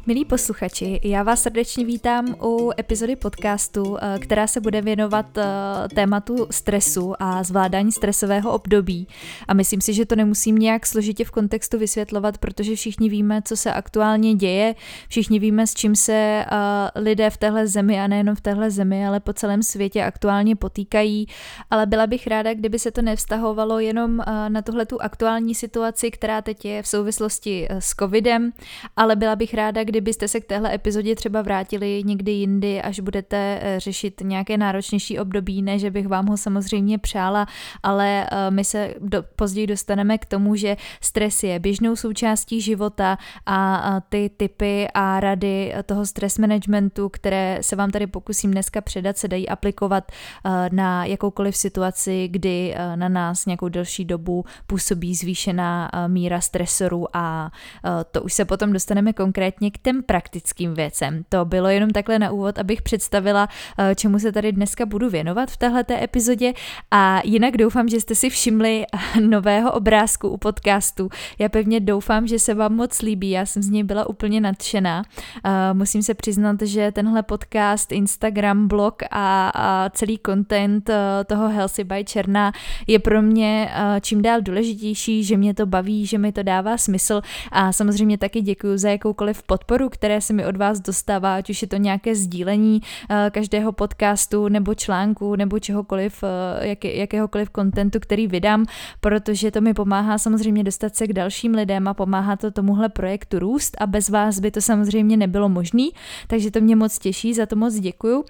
Milí posluchači, já vás srdečně vítám u epizody podcastu, která se bude věnovat tématu stresu a zvládání stresového období. A myslím si, že to nemusím nějak složitě v kontextu vysvětlovat, protože všichni víme, co se aktuálně děje, všichni víme, s čím se lidé v téhle zemi a nejenom v téhle zemi, ale po celém světě aktuálně potýkají. Ale byla bych ráda, kdyby se to nevztahovalo jenom na tuhletu aktuální situaci, která teď je v souvislosti s covidem, ale byla bych ráda, kdybyste se k téhle epizodě třeba vrátili někdy jindy, až budete řešit nějaké náročnější období, ne, že bych vám ho samozřejmě přála, ale my se později dostaneme k tomu, že stres je běžnou součástí života a ty tipy a rady toho stres managementu, které se vám tady pokusím dneska předat, se dají aplikovat na jakoukoliv situaci, kdy na nás nějakou delší dobu působí zvýšená míra stresorů a to už se potom dostaneme konkrétně k těm praktickým věcem. To bylo jenom takhle na úvod, abych představila, čemu se tady dneska budu věnovat v téhleté epizodě a jinak doufám, že jste si všimli nového obrázku u podcastu. Já pevně doufám, že se vám moc líbí, já jsem z něj byla úplně nadšená. Musím se přiznat, že tenhle podcast, Instagram, blog a celý content toho Healthy by Černá je pro mě čím dál důležitější, že mě to baví, že mi to dává smysl a samozřejmě taky děkuju za jakoukoliv podporu, které se mi od vás dostává, ať už je to nějaké sdílení každého podcastu nebo článku nebo čehokoliv, jakéhokoliv kontentu, který vydám, protože to mi pomáhá samozřejmě dostat se k dalším lidem a pomáhá to tomuhle projektu růst a bez vás by to samozřejmě nebylo možný, takže to mě moc těší, za to moc děkuju.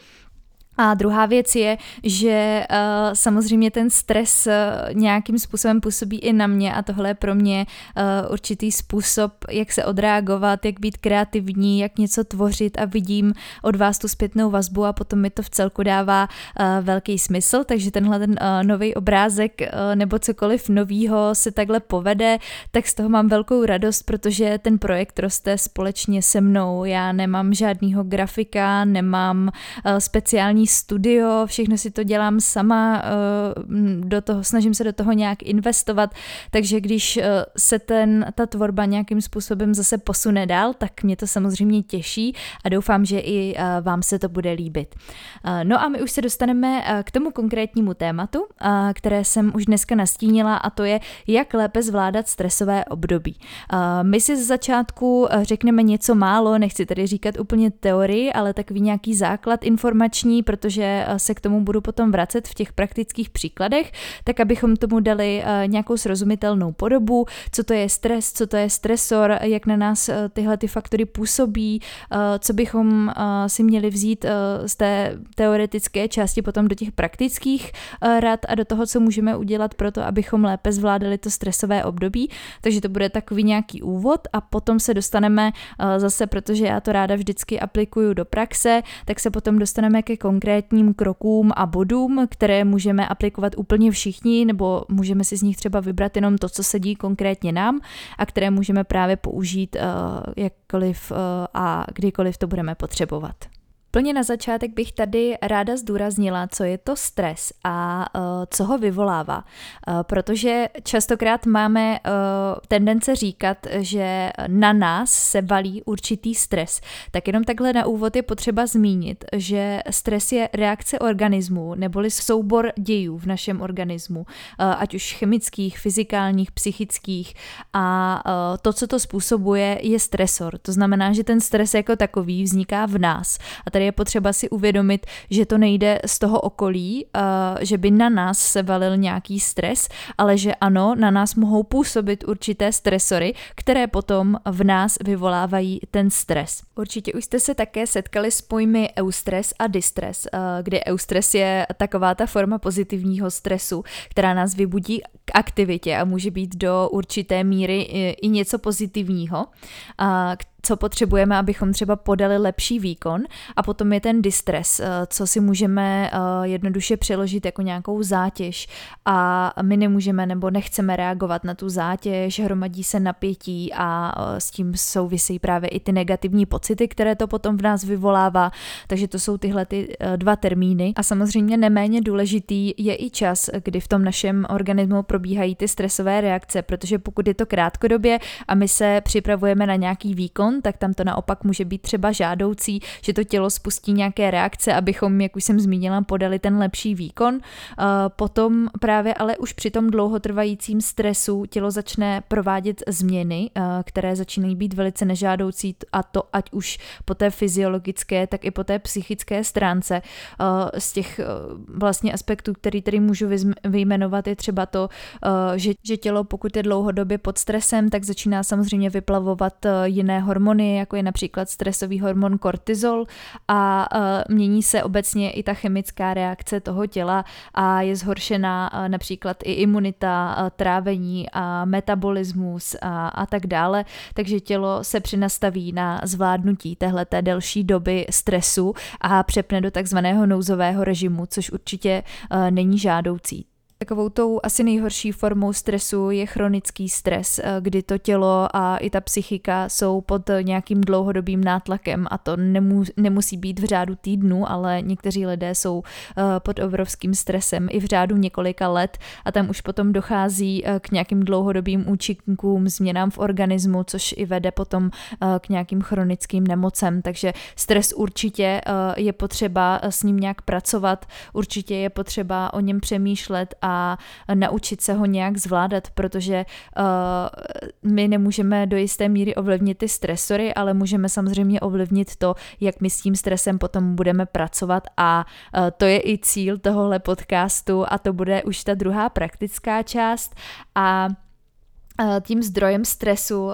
A druhá věc je, že samozřejmě ten stres nějakým způsobem působí i na mě a tohle je pro mě určitý způsob, jak se odreagovat, jak být kreativní, jak něco tvořit a vidím od vás tu zpětnou vazbu a potom mi to v celku dává velký smysl, takže tenhle ten nový obrázek nebo cokoliv novýho se takhle povede, tak z toho mám velkou radost, protože ten projekt roste společně se mnou, já nemám žádnýho grafika, nemám speciální studio, všechno si to dělám sama, snažím se do toho nějak investovat, takže když se ta tvorba nějakým způsobem zase posune dál, tak mě to samozřejmě těší a doufám, že i vám se to bude líbit. No a my už se dostaneme k tomu konkrétnímu tématu, které jsem už dneska nastínila a to je, jak lépe zvládat stresové období. My si z začátku řekneme něco málo, nechci tady říkat úplně teorii, ale takový nějaký základ informační, protože se k tomu budu potom vracet v těch praktických příkladech, tak abychom tomu dali nějakou srozumitelnou podobu, co to je stres, co to je stresor, jak na nás tyhle ty faktory působí, co bychom si měli vzít z té teoretické části potom do těch praktických rad a do toho, co můžeme udělat pro to, abychom lépe zvládali to stresové období. Takže to bude takový nějaký úvod a potom se dostaneme zase, protože já to ráda vždycky aplikuju do praxe, tak se potom dostaneme ke konkrétním krokům a bodům, které můžeme aplikovat úplně všichni, nebo můžeme si z nich třeba vybrat jenom to, co sedí konkrétně nám a které můžeme právě použít jakkoliv a kdykoliv to budeme potřebovat. Plně na začátek bych tady ráda zdůraznila, co je to stres a co ho vyvolává, protože častokrát máme tendence říkat, že na nás se valí určitý stres. Tak jenom takhle na úvod je potřeba zmínit, že stres je reakce organismu neboli soubor dějů v našem organismu, ať už chemických, fyzikálních, psychických a to, co to způsobuje, je stresor. To znamená, že ten stres jako takový vzniká v nás. A tady je potřeba si uvědomit, že to nejde z toho okolí, že by na nás se valil nějaký stres, ale že ano, na nás mohou působit určité stresory, které potom v nás vyvolávají ten stres. Určitě už jste se také setkali s pojmy eustres a distres, kdy eustres je taková ta forma pozitivního stresu, která nás vybudí k aktivitě a může být do určité míry i něco pozitivního, co potřebujeme, abychom třeba podali lepší výkon a potom je ten distres, co si můžeme jednoduše přeložit jako nějakou zátěž a my nemůžeme nebo nechceme reagovat na tu zátěž, hromadí se napětí a s tím souvisí právě i ty negativní pocity, které to potom v nás vyvolává, takže to jsou tyhle ty dva termíny a samozřejmě neméně důležitý je i čas, kdy v tom našem organismu probíhají ty stresové reakce, protože pokud je to krátkodobě a my se připravujeme na nějaký výkon, výkon, tak tam to naopak může být třeba žádoucí, že to tělo spustí nějaké reakce, abychom, jak už jsem zmínila, podali ten lepší výkon. Potom právě ale už při tom dlouhotrvajícím stresu tělo začne provádět změny, které začínají být velice nežádoucí, a to ať už po té fyziologické, tak i po té psychické stránce. Z těch vlastně aspektů, který tady můžu vyjmenovat, je třeba to, že tělo, pokud je dlouhodobě pod stresem, tak začíná samozřejmě vyplavovat jiné hormony, jako je například stresový hormon kortizol, a mění se obecně i ta chemická reakce toho těla a je zhoršená například i imunita, trávení a metabolismus a tak dále, takže tělo se přinastaví na zvládnutí téhleté delší doby stresu a přepne do takzvaného nouzového režimu, což určitě není žádoucí. Takovou tou asi nejhorší formou stresu je chronický stres, kdy to tělo a i ta psychika jsou pod nějakým dlouhodobým nátlakem, a to nemusí být v řádu týdnů, ale někteří lidé jsou pod obrovským stresem i v řádu několika let a tam už potom dochází k nějakým dlouhodobým účinkům, změnám v organismu, což i vede potom k nějakým chronickým nemocem, takže stres určitě je potřeba s ním nějak pracovat, určitě je potřeba o něm přemýšlet a naučit se ho nějak zvládat, protože my nemůžeme do jisté míry ovlivnit ty stresory, ale můžeme samozřejmě ovlivnit to, jak my s tím stresem potom budeme pracovat, a to je i cíl tohohle podcastu a to bude už ta druhá praktická část, a tím zdrojem stresu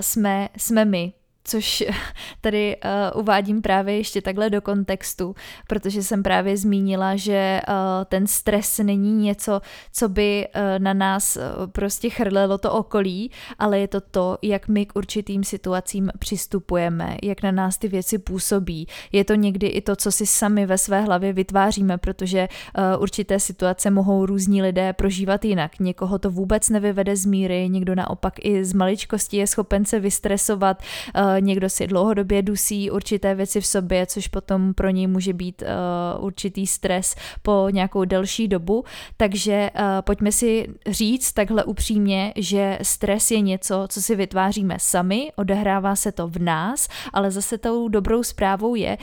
jsme my. Což tady uvádím právě ještě takhle do kontextu, protože jsem právě zmínila, že ten stres není něco, co by na nás prostě chrlelo to okolí, ale je to, jak my k určitým situacím přistupujeme, jak na nás ty věci působí. Je to někdy i to, co si sami ve své hlavě vytváříme, protože určité situace mohou různí lidé prožívat jinak. Někoho to vůbec nevyvede z míry, někdo naopak i z maličkosti je schopen se vystresovat, někdo si dlouhodobě dusí určité věci v sobě, což potom pro něj může být určitý stres po nějakou delší dobu. Takže pojďme si říct takhle upřímně, že stres je něco, co si vytváříme sami, odehrává se to v nás, ale zase tou dobrou zprávou je,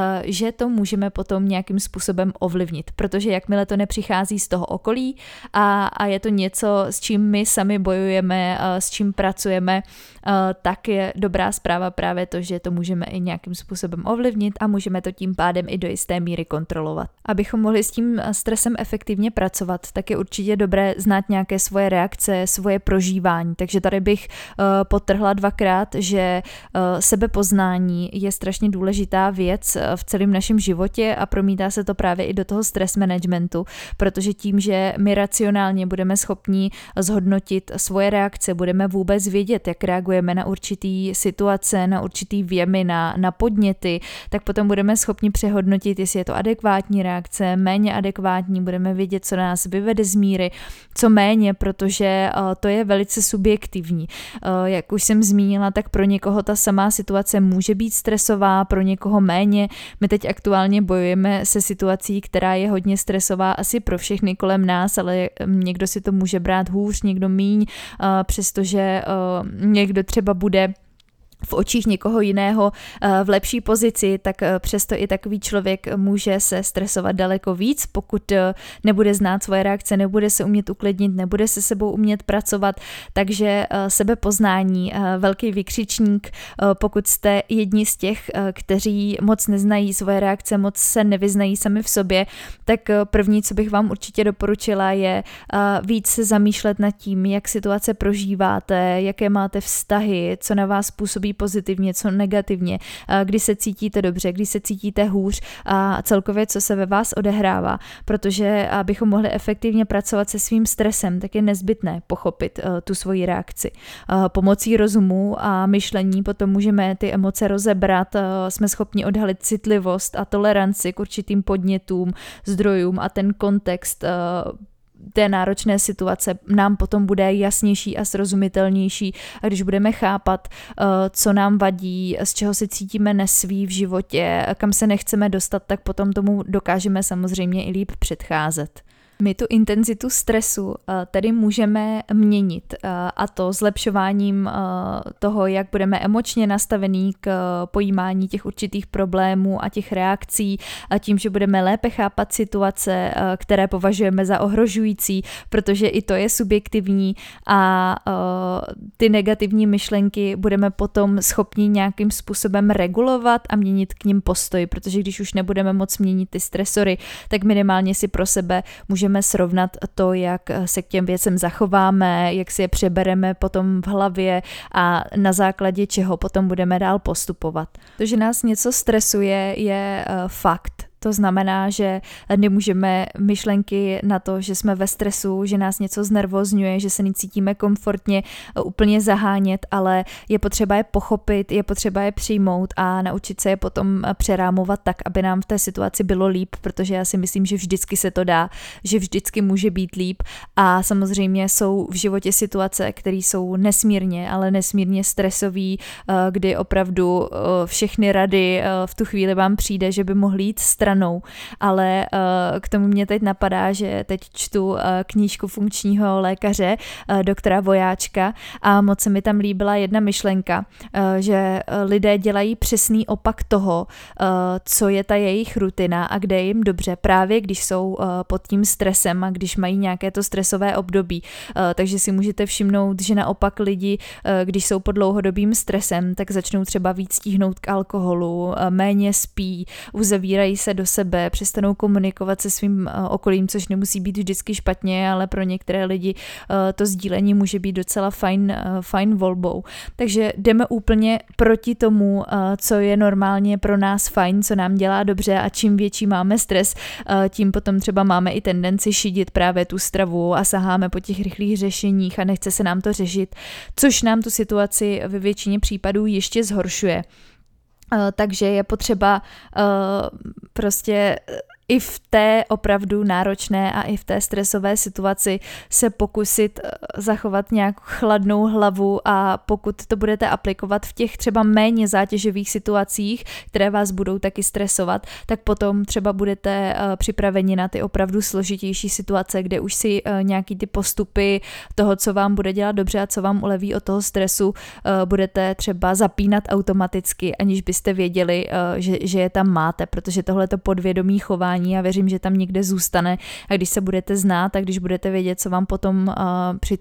že to můžeme potom nějakým způsobem ovlivnit, protože jakmile to nepřichází z toho okolí a je to něco, s čím my sami bojujeme, s čím pracujeme, tak je dobrá zpráva právě to, že to můžeme i nějakým způsobem ovlivnit a můžeme to tím pádem i do jisté míry kontrolovat. Abychom mohli s tím stresem efektivně pracovat, tak je určitě dobré znát nějaké svoje reakce, svoje prožívání. Takže tady bych podtrhla dvakrát, že sebepoznání je strašně důležitá věc v celém našem životě a promítá se to právě i do toho stres managementu, protože tím, že my racionálně budeme schopni zhodnotit svoje reakce, budeme vůbec vědět, jak reagujeme na určitý situace, na určitý vjemy, na podněty, tak potom budeme schopni přehodnotit, jestli je to adekvátní reakce, méně adekvátní, budeme vědět, co nás vyvede z míry, co méně, protože to je velice subjektivní. Jak už jsem zmínila, tak pro někoho ta samá situace může být stresová, pro někoho méně. My teď aktuálně bojujeme se situací, která je hodně stresová asi pro všechny kolem nás, ale někdo si to může brát hůř, někdo míň, přestože někdo třeba bude v očích někoho jiného v lepší pozici, tak přesto i takový člověk může se stresovat daleko víc, pokud nebude znát svoje reakce, nebude se umět uklidnit, nebude se sebou umět pracovat, takže sebepoznání, velký vykřičník, pokud jste jedni z těch, kteří moc neznají svoje reakce, moc se nevyznají sami v sobě, tak první, co bych vám určitě doporučila, je víc se zamýšlet nad tím, jak situace prožíváte, jaké máte vztahy, co na vás působí pozitivně, co negativně, kdy se cítíte dobře, kdy se cítíte hůř a celkově, co se ve vás odehrává, protože abychom mohli efektivně pracovat se svým stresem, tak je nezbytné pochopit tu svoji reakci. Pomocí rozumu a myšlení potom můžeme ty emoce rozebrat, jsme schopni odhalit citlivost a toleranci k určitým podnětům, zdrojům a ten kontext té náročné situace nám potom bude jasnější a srozumitelnější, a když budeme chápat, co nám vadí, z čeho se cítíme nesví v životě, kam se nechceme dostat, tak potom tomu dokážeme samozřejmě i líp předcházet. My tu intenzitu stresu tedy můžeme měnit, a to zlepšováním toho, jak budeme emočně nastavení k pojímání těch určitých problémů a těch reakcí, a tím, že budeme lépe chápat situace, které považujeme za ohrožující, protože i to je subjektivní, a ty negativní myšlenky budeme potom schopni nějakým způsobem regulovat a měnit k nim postoj, protože když už nebudeme moc měnit ty stresory, tak minimálně si pro sebe můžeme srovnat to, jak se k těm věcem zachováme, jak si je přebereme potom v hlavě a na základě čeho potom budeme dál postupovat. To, že nás něco stresuje, je fakt. To znamená, že nemůžeme myšlenky na to, že jsme ve stresu, že nás něco znervozňuje, že se necítíme komfortně, úplně zahánět, ale je potřeba je pochopit, je potřeba je přijmout a naučit se je potom přerámovat tak, aby nám v té situaci bylo líp, protože já si myslím, že vždycky se to dá, že vždycky může být líp, a samozřejmě jsou v životě situace, které jsou nesmírně, ale nesmírně stresový, kdy opravdu všechny rady v tu chvíli vám přijde, že by mohly jít stranou, ale k tomu mě teď napadá, že teď čtu knížku funkčního lékaře, doktora Vojáčka, a moc se mi tam líbila jedna myšlenka, že lidé dělají přesný opak toho, co je ta jejich rutina a kde je jim dobře, právě když jsou pod tím stresem a když mají nějaké to stresové období. Takže si můžete všimnout, že naopak lidi, když jsou pod dlouhodobým stresem, tak začnou třeba víc tíhnout k alkoholu, méně spí, uzavírají se do sebe, přestanou komunikovat se svým okolím, což nemusí být vždycky špatně, ale pro některé lidi to sdílení může být docela fajn volbou. Takže jdeme úplně proti tomu, co je normálně pro nás fajn, co nám dělá dobře, a čím větší máme stres, tím potom třeba máme i tendenci šidit právě tu stravu a saháme po těch rychlých řešeních a nechce se nám to řešit, což nám tu situaci ve většině případů ještě zhoršuje. Takže je potřeba prostě i v té opravdu náročné a i v té stresové situaci se pokusit zachovat nějak chladnou hlavu, a pokud to budete aplikovat v těch třeba méně zátěžových situacích, které vás budou taky stresovat, tak potom třeba budete připraveni na ty opravdu složitější situace, kde už si nějaký ty postupy toho, co vám bude dělat dobře a co vám uleví od toho stresu, budete třeba zapínat automaticky, aniž byste věděli, že je tam máte, protože tohleto podvědomí chování, a věřím, že tam někde zůstane, a když se budete znát a když budete vědět, co vám potom při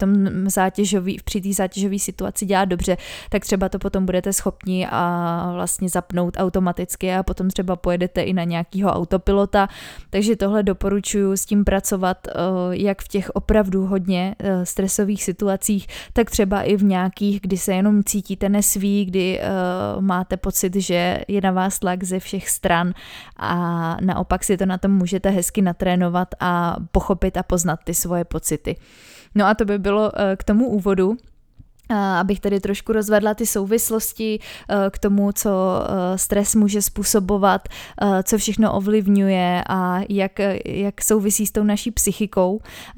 té zátěžové situaci dělá dobře, tak třeba to potom budete schopni vlastně zapnout automaticky a potom třeba pojedete i na nějakýho autopilota. Takže tohle doporučuji s tím pracovat jak v těch opravdu hodně stresových situacích, tak třeba i v nějakých, kdy se jenom cítíte nesví, kdy máte pocit, že je na vás tlak ze všech stran, a naopak si to na tom můžete hezky natrénovat a pochopit a poznat ty svoje pocity. No a to by bylo k tomu úvodu. Abych tady trošku rozvedla ty souvislosti k tomu, co stres může způsobovat, co všechno ovlivňuje a jak souvisí s tou naší psychikou.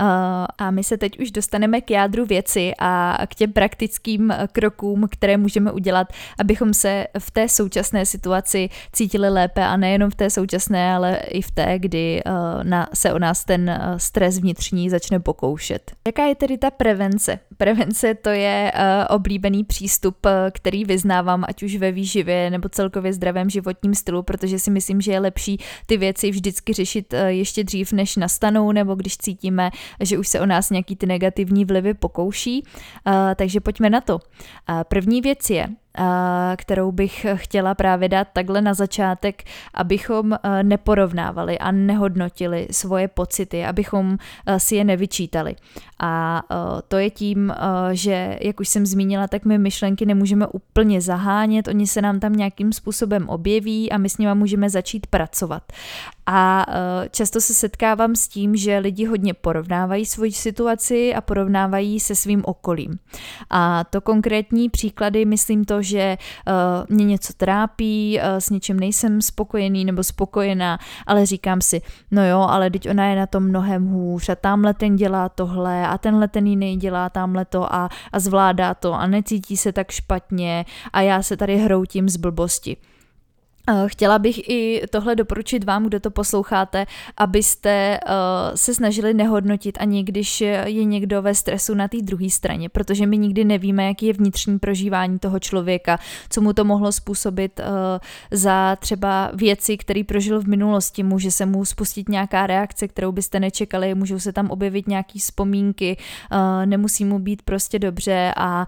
A my se teď už dostaneme k jádru věci a k těm praktickým krokům, které můžeme udělat, abychom se v té současné situaci cítili lépe, a nejenom v té současné, ale i v té, kdy se o nás ten stres vnitřní začne pokoušet. Jaká je tedy ta prevence? Prevence, to je oblíbený přístup, který vyznávám, ať už ve výživě nebo celkově zdravém životním stylu, protože si myslím, že je lepší ty věci vždycky řešit ještě dřív, než nastanou, nebo když cítíme, že už se o nás nějaký ty negativní vlivy pokouší. Takže pojďme na to. První věc je, kterou bych chtěla právě dát takhle na začátek, abychom neporovnávali a nehodnotili svoje pocity, abychom si je nevyčítali. A to je tím, že, jak už jsem zmínila, tak my myšlenky nemůžeme úplně zahánět, oni se nám tam nějakým způsobem objeví a my s nimi můžeme začít pracovat. A často se setkávám s tím, že lidi hodně porovnávají svoji situaci a porovnávají se svým okolím. A to konkrétní příklady, myslím to, že mě něco trápí, s něčím nejsem spokojený nebo spokojená, ale říkám si, no jo, ale teď ona je na tom mnohem hůř a tamhle ten dělá tohle a tenhle ten jiný dělá tamhle to a zvládá to a necítí se tak špatně a já se tady hroutím z blbosti. Chtěla bych i tohle doporučit vám, kdo to posloucháte, abyste se snažili nehodnotit ani když je někdo ve stresu na té druhé straně, protože my nikdy nevíme, jaký je vnitřní prožívání toho člověka, co mu to mohlo způsobit za třeba věci, které prožil v minulosti. Může se mu spustit nějaká reakce, kterou byste nečekali, můžou se tam objevit nějaký vzpomínky, nemusí mu být prostě dobře a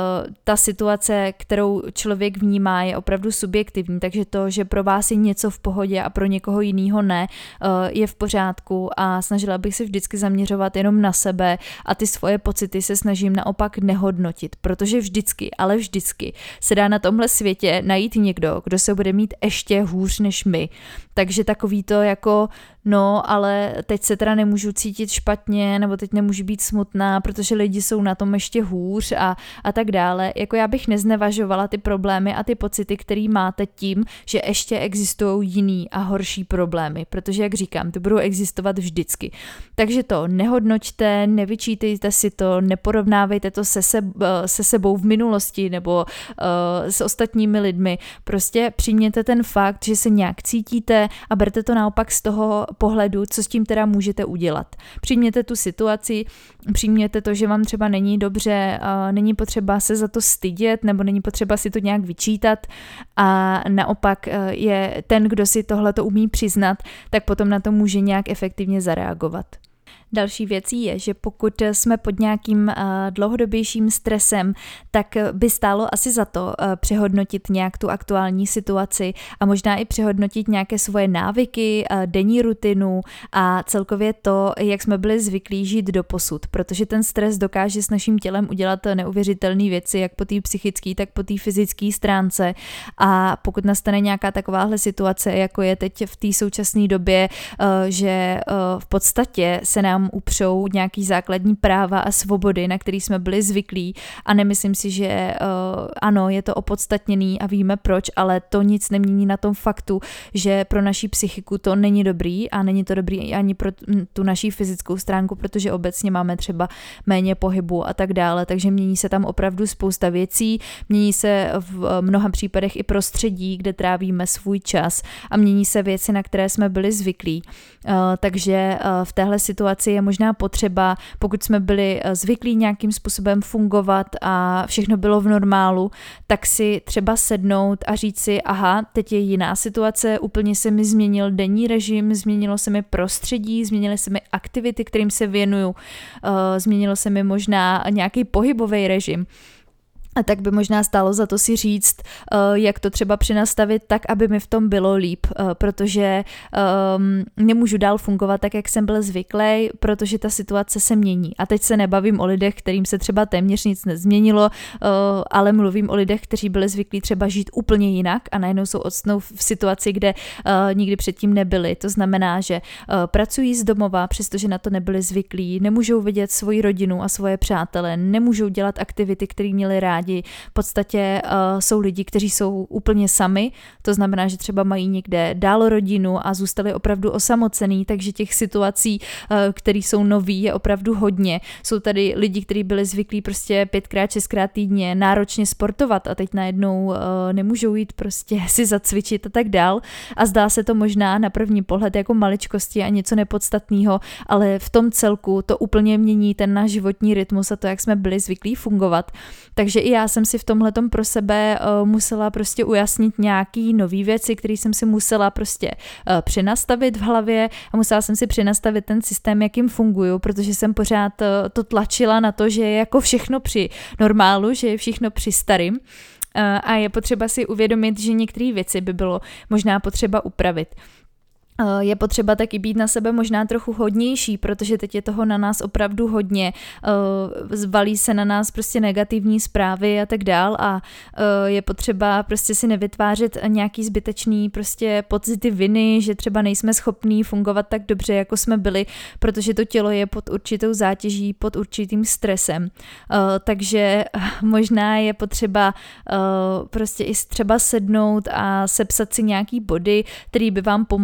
ta situace, kterou člověk vnímá, je opravdu subjektivní, takže to, že pro vás je něco v pohodě a pro někoho jiného ne, je v pořádku a snažila bych se vždycky zaměřovat jenom na sebe a ty svoje pocity se snažím naopak nehodnotit, protože vždycky, ale vždycky se dá na tomhle světě najít někdo, kdo se bude mít ještě hůř než my. Takže takový to jako no, ale teď se teda nemůžu cítit špatně, nebo teď nemůžu být smutná, protože lidi jsou na tom ještě hůř a tak dále. Jako já bych neznevažovala ty problémy a ty pocity, který máte tím, že ještě existují jiný a horší problémy, protože jak říkám, ty budou existovat vždycky. Takže to nehodnoťte, nevyčítejte si to, neporovnávejte to se sebou v minulosti nebo s ostatními lidmi. Prostě přijměte ten fakt, že se nějak cítíte a berte to naopak z toho pohledu, co s tím teda můžete udělat. Přijměte tu situaci, přijměte to, že vám třeba není dobře, není potřeba se za to stydět, nebo není potřeba si to nějak vyčítat a naopak je ten, kdo si tohleto umí přiznat, tak potom na to může nějak efektivně zareagovat. Další věcí je, že pokud jsme pod nějakým dlouhodobějším stresem, tak by stálo asi za to přehodnotit nějak tu aktuální situaci a možná i přehodnotit nějaké svoje návyky, denní rutinu a celkově to, jak jsme byli zvyklí žít doposud, protože ten stres dokáže s naším tělem udělat neuvěřitelné věci, jak po té psychické, tak po té fyzické stránce a pokud nastane nějaká takováhle situace, jako je teď v té současné době, že v podstatě se nám upřou nějaký základní práva a svobody, na který jsme byli zvyklí a nemyslím si, že ano, je to opodstatněný a víme proč, ale to nic nemění na tom faktu, že pro naši psychiku to není dobrý a není to dobrý ani pro tu naší fyzickou stránku, protože obecně máme třeba méně pohybu a tak dále, takže mění se tam opravdu spousta věcí, mění se v mnoha případech i prostředí, kde trávíme svůj čas a mění se věci, na které jsme byli zvyklí. Takže v téhle situaci je možná potřeba, pokud jsme byli zvyklí nějakým způsobem fungovat a všechno bylo v normálu, tak si třeba sednout a říct si, aha, teď je jiná situace, úplně se mi změnil denní režim, změnilo se mi prostředí, změnily se mi aktivity, kterým se věnuju, změnilo se mi možná nějaký pohybový režim. A tak by možná stálo za to si říct, jak to třeba přenastavit tak, aby mi v tom bylo líp, protože nemůžu dál fungovat tak, jak jsem byl zvyklý, protože ta situace se mění. A teď se nebavím o lidech, kterým se třeba téměř nic nezměnilo, ale mluvím o lidech, kteří byli zvyklí třeba žít úplně jinak a najednou jsou odstnou v situaci, kde nikdy předtím nebyli. To znamená, že pracují z domova, přestože na to nebyli zvyklí, nemůžou vidět svoji rodinu a svoje přátele, nemůžou dělat aktivity, které měli rádi. V podstatě jsou lidi, kteří jsou úplně sami, to znamená, že třeba mají někde dál rodinu a zůstali opravdu osamocený, takže těch situací, které jsou nový, je opravdu hodně. Jsou tady lidi, kteří byli zvyklí prostě 5x, 6x týdně náročně sportovat a teď najednou nemůžou jít prostě si zacvičit a tak dál a zdá se to možná na první pohled jako maličkosti a něco nepodstatného, ale v tom celku to úplně mění ten náš životní rytmus a to, jak jsme byli zvyklí fungovat. Takže i já jsem si v tomhletom pro sebe musela prostě ujasnit nějaký nový věci, které jsem si musela prostě přenastavit v hlavě a musela jsem si přenastavit ten systém, jakým funguju, protože jsem pořád to tlačila na to, že je jako všechno při normálu, že je všechno při starým a je potřeba si uvědomit, že některé věci by bylo možná potřeba upravit. Je potřeba taky být na sebe možná trochu hodnější, protože teď je toho na nás opravdu hodně, zvalí se na nás prostě negativní zprávy a tak dál a je potřeba prostě si nevytvářet nějaký zbytečný prostě pocity viny, že třeba nejsme schopní fungovat tak dobře, jako jsme byli, protože to tělo je pod určitou zátěží, pod určitým stresem. Takže možná je potřeba prostě i třeba sednout a sepsat si nějaký body, které by vám pomohly upravit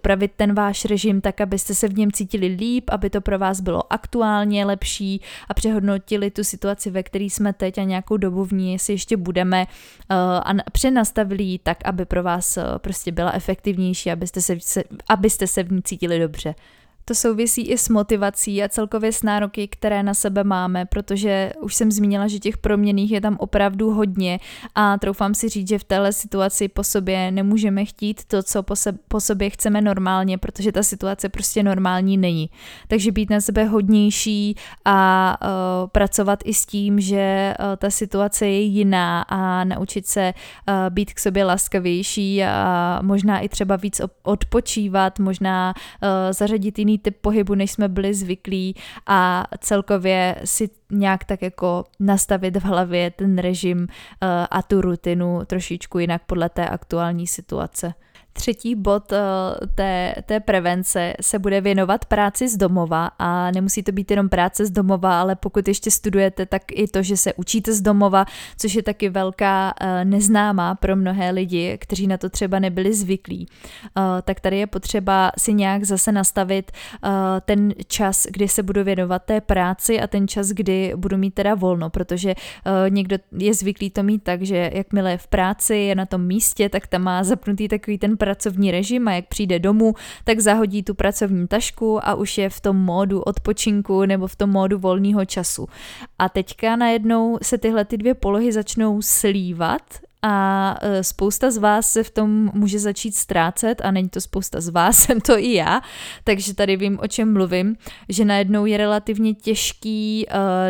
upravit ten váš režim tak, abyste se v něm cítili líp, aby to pro vás bylo aktuálně lepší a přehodnotili tu situaci, ve které jsme teď a nějakou dobu v ní, jestli ještě budeme a přenastavili ji tak, aby pro vás prostě byla efektivnější, abyste se v ní cítili dobře. To souvisí i s motivací a celkově s nároky, které na sebe máme, protože už jsem zmínila, že těch proměnných je tam opravdu hodně a troufám si říct, že v téhle situaci po sobě nemůžeme chtít to, co po sobě chceme normálně, protože ta situace prostě normální není. Takže být na sebe hodnější a pracovat i s tím, že ta situace je jiná a naučit se být k sobě laskavější a možná i třeba víc odpočívat, možná zařadit jiný typ pohybu, než jsme byli zvyklí a celkově si nějak tak jako nastavit v hlavě ten režim a tu rutinu trošičku jinak podle té aktuální situace. Třetí bod té prevence se bude věnovat práci z domova a nemusí to být jenom práce z domova, ale pokud ještě studujete, tak i to, že se učíte z domova, což je taky velká neznámá pro mnohé lidi, kteří na to třeba nebyli zvyklí. Tak tady je potřeba si nějak zase nastavit ten čas, kdy se budu věnovat té práci a ten čas, kdy budu mít teda volno, protože někdo je zvyklý to mít tak, že jakmile je v práci, je na tom místě, tak tam má zapnutý takový ten pracovní režim a jak přijde domů, tak zahodí tu pracovní tašku a už je v tom módu odpočinku nebo v tom módu volného času. A teďka najednou se tyhle ty dvě polohy začnou slívat a spousta z vás se v tom může začít ztrácet a není to spousta z vás, jsem to i já, takže tady vím, o čem mluvím, že najednou je relativně těžký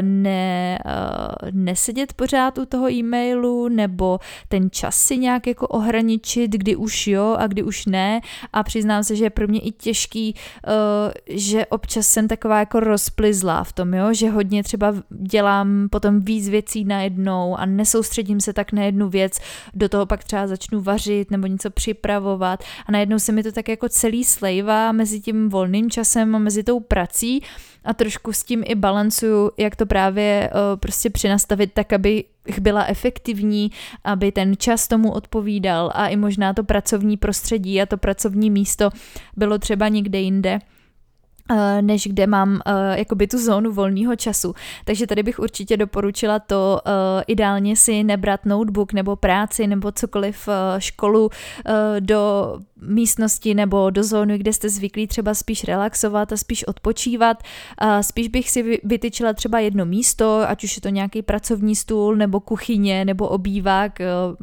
nesedět pořád u toho e-mailu nebo ten čas si nějak jako ohraničit, kdy už jo a kdy už ne a přiznám se, že je pro mě i těžký, že občas jsem taková jako rozplizlá v tom, jo, že hodně třeba dělám potom víc věcí najednou a nesoustředím se tak na jednu věc, do toho pak třeba začnu vařit nebo něco připravovat a najednou se mi to tak jako celý slejvá mezi tím volným časem a mezi tou prací a trošku s tím i balancuju, jak to právě prostě přenastavit tak, aby byla efektivní, aby ten čas tomu odpovídal a i možná to pracovní prostředí a to pracovní místo bylo třeba někde jinde, než kde mám jakoby tu zónu volného času. Takže tady bych určitě doporučila to ideálně si nebrat notebook nebo práci nebo cokoliv školu do místnosti nebo do zóny, kde jste zvyklí třeba spíš relaxovat a spíš odpočívat. Spíš bych si vytyčila třeba jedno místo, ať už je to nějaký pracovní stůl nebo kuchyně nebo obývák,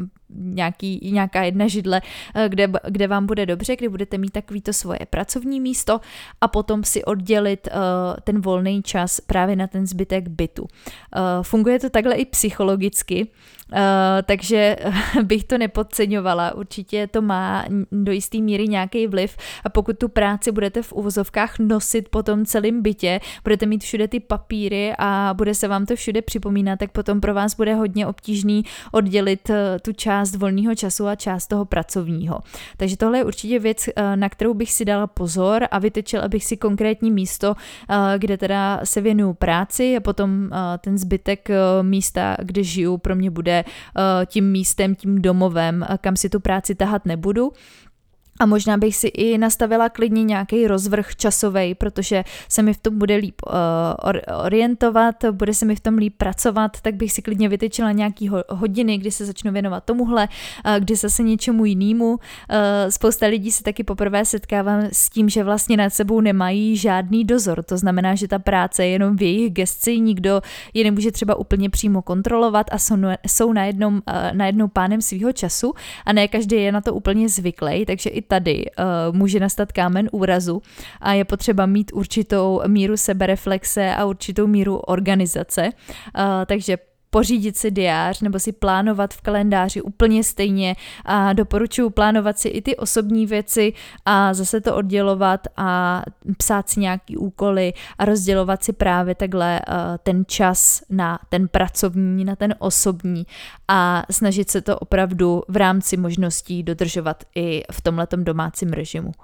nějaká jedna židle, kde vám bude dobře, kde budete mít takovýto svoje pracovní místo a potom si oddělit ten volný čas právě na ten zbytek bytu. Funguje to takhle i psychologicky, takže bych to nepodceňovala. Určitě to má do jisté míry nějaký vliv a pokud tu práci budete v uvozovkách nosit po tom celém bytě, budete mít všude ty papíry a bude se vám to všude připomínat, tak potom pro vás bude hodně obtížný oddělit tu část volného času a část toho pracovního. Takže tohle je určitě věc, na kterou bych si dala pozor a vytyčila bych si konkrétní místo, kde teda se věnuju práci a potom ten zbytek místa, kde žiju, pro mě bude tím místem, tím domovem, kam si tu práci tahat nebudu. A možná bych si i nastavila klidně nějaký rozvrh časovej, protože se mi v tom bude líp orientovat, bude se mi v tom líp pracovat, tak bych si klidně vytyčila nějaký hodiny, kdy se začnu věnovat tomuhle, kdy zase něčemu jinému. Spousta lidí se taky poprvé setkává s tím, že vlastně nad sebou nemají žádný dozor, to znamená, že ta práce je jenom v jejich gesci, nikdo je nemůže třeba úplně přímo kontrolovat a jsou najednou pánem svýho času a ne každý je na to úplně zvyklý, takže i tady může nastat kámen úrazu a je potřeba mít určitou míru sebereflexe a určitou míru organizace, takže pořídit si diář nebo si plánovat v kalendáři úplně stejně a doporučuji plánovat si i ty osobní věci a zase to oddělovat a psát si nějaký úkoly a rozdělovat si právě takhle ten čas na ten pracovní, na ten osobní a snažit se to opravdu v rámci možností dodržovat i v tomhletom domácím režimu.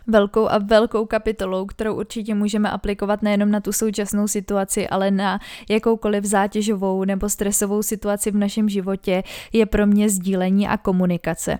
velkou kapitolou, kterou určitě můžeme aplikovat nejenom na tu současnou situaci, ale na jakoukoliv zátěžovou nebo stresovou situaci v našem životě, je pro mě sdílení a komunikace.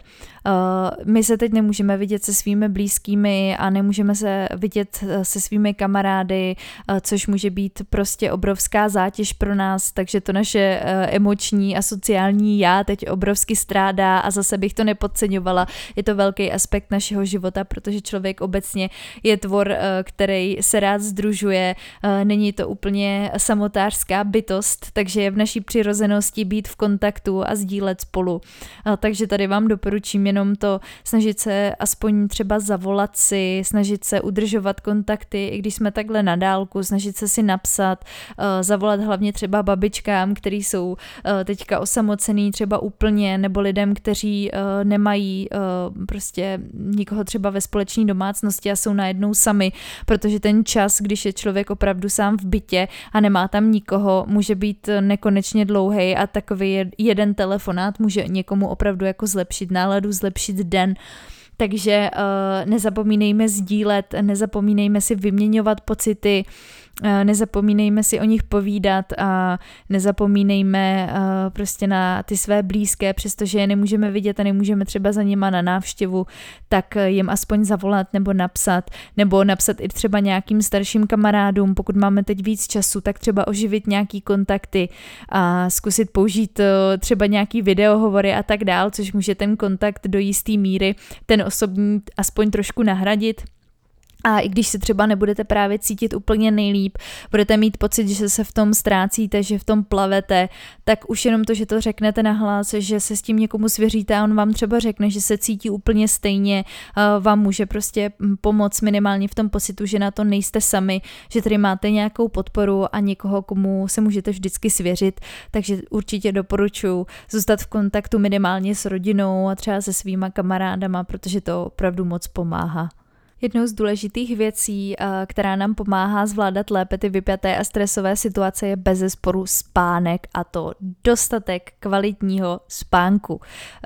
My se teď nemůžeme vidět se svými blízkými a nemůžeme se vidět se svými kamarády, což může být prostě obrovská zátěž pro nás, takže to naše emoční a sociální já teď obrovsky strádá a zase bych to nepodceňovala. Je to velký aspekt našeho života, protože člověk obecně je tvor, který se rád sdružuje, není to úplně samotářská bytost, takže je v naší přirozenosti být v kontaktu a sdílet spolu. Takže tady vám doporučím jenom to snažit se aspoň třeba zavolat si, snažit se udržovat kontakty, i když jsme takhle na dálku, snažit se si napsat, zavolat hlavně třeba babičkám, který jsou teďka osamocený třeba úplně, nebo lidem, kteří nemají prostě nikoho třeba ve společné domácnosti a jsou najednou sami, protože ten čas, když je člověk opravdu sám v bytě a nemá tam nikoho, může být nekonečně dlouhý a takový jeden telefonát může někomu opravdu jako zlepšit náladu, zlepšit den. Takže nezapomínejme sdílet, nezapomínejme si vyměňovat pocity, nezapomínejme si o nich povídat a nezapomínejme prostě na ty své blízké, přestože je nemůžeme vidět a nemůžeme třeba za nima na návštěvu, tak jim aspoň zavolat nebo napsat i třeba nějakým starším kamarádům, pokud máme teď víc času, tak třeba oživit nějaký kontakty a zkusit použít třeba nějaký videohovory a tak dál, což může ten kontakt do jisté míry, ten osobní aspoň trošku nahradit. A i když se třeba nebudete právě cítit úplně nejlíp, budete mít pocit, že se v tom ztrácíte, že v tom plavete, tak už jenom to, že to řeknete nahlas, že se s tím někomu svěříte a on vám třeba řekne, že se cítí úplně stejně, vám může prostě pomoct minimálně v tom pocitu, že na to nejste sami, že tady máte nějakou podporu a někoho, komu se můžete vždycky svěřit, takže určitě doporučuji zůstat v kontaktu minimálně s rodinou a třeba se svýma kamarádama, protože to opravdu moc pomáhá. Jednou z důležitých věcí, která nám pomáhá zvládat lépe ty vypjaté a stresové situace, je bezesporu spánek, a to dostatek kvalitního spánku.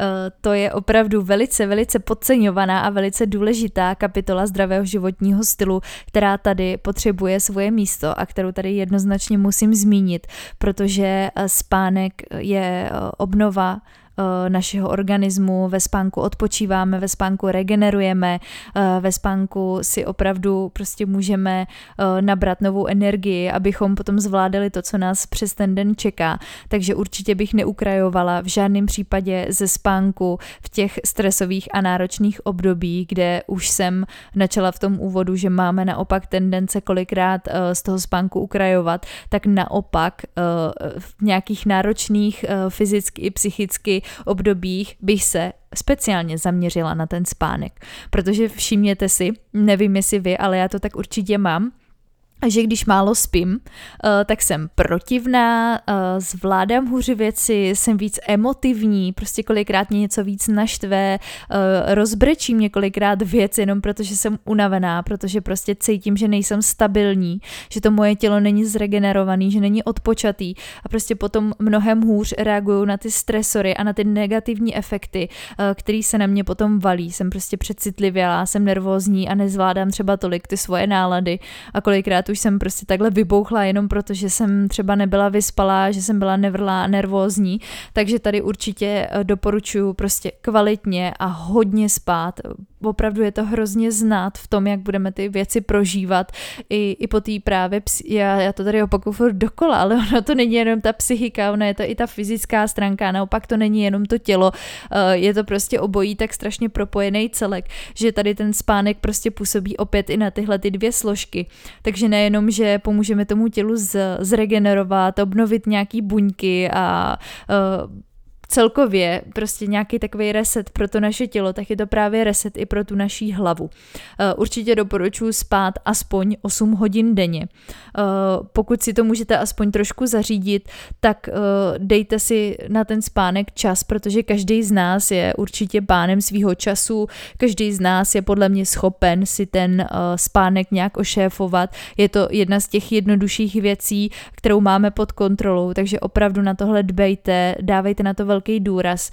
To je opravdu velice podceňovaná a velice důležitá kapitola zdravého životního stylu, která tady potřebuje svoje místo a kterou tady jednoznačně musím zmínit, protože spánek je obnova našeho organismu, ve spánku odpočíváme, ve spánku regenerujeme, ve spánku si opravdu prostě můžeme nabrat novou energii, abychom potom zvládali to, co nás přes ten den čeká. Takže určitě bych neukrajovala v žádném případě ze spánku v těch stresových a náročných období, kde už jsem načala v tom úvodu, že máme naopak tendence kolikrát z toho spánku ukrajovat, tak naopak v nějakých náročných fyzicky i psychicky obdobích bych se speciálně zaměřila na ten spánek, protože všimněte si, nevím jestli vy, ale já to tak určitě mám, že když málo spím, tak jsem protivná, zvládám hůři věci, jsem víc emotivní, prostě kolikrát mě něco víc naštve, rozbrečí mě kolikrát věc jenom protože jsem unavená, protože prostě cítím, že nejsem stabilní, že to moje tělo není zregenerovaný, že není odpočatý a prostě potom mnohem hůř reaguju na ty stresory a na ty negativní efekty, které se na mě potom valí. Jsem prostě přecitlivělá, jsem nervózní a nezvládám třeba tolik ty svoje nálady a kolikrát už jsem prostě takhle vybouchla jenom proto, že jsem třeba nebyla vyspalá, že jsem byla nevrlá a nervózní, takže tady určitě doporučuji prostě kvalitně a hodně spát. Opravdu je to hrozně znát v tom, jak budeme ty věci prožívat i po té právě, já to tady opakuju furt dokola, ale ono to není jenom ta psychika, ono je to i ta fyzická stránka, naopak to není jenom to tělo, je to prostě obojí tak strašně propojený celek, že tady ten spánek prostě působí opět i na tyhle ty dvě složky, takže nejenom, že pomůžeme tomu tělu zregenerovat, obnovit nějaký buňky a celkově prostě nějaký takový reset pro to naše tělo, tak je to právě reset i pro tu naší hlavu. Určitě doporučuji spát aspoň 8 hodin denně. Pokud si to můžete aspoň trošku zařídit, tak dejte si na ten spánek čas, protože každý z nás je určitě pánem svýho času, každý z nás je podle mě schopen si ten spánek nějak ošéfovat. Je to jedna z těch jednodušších věcí, kterou máme pod kontrolou, takže opravdu na tohle dbejte, dávejte na to velký důraz.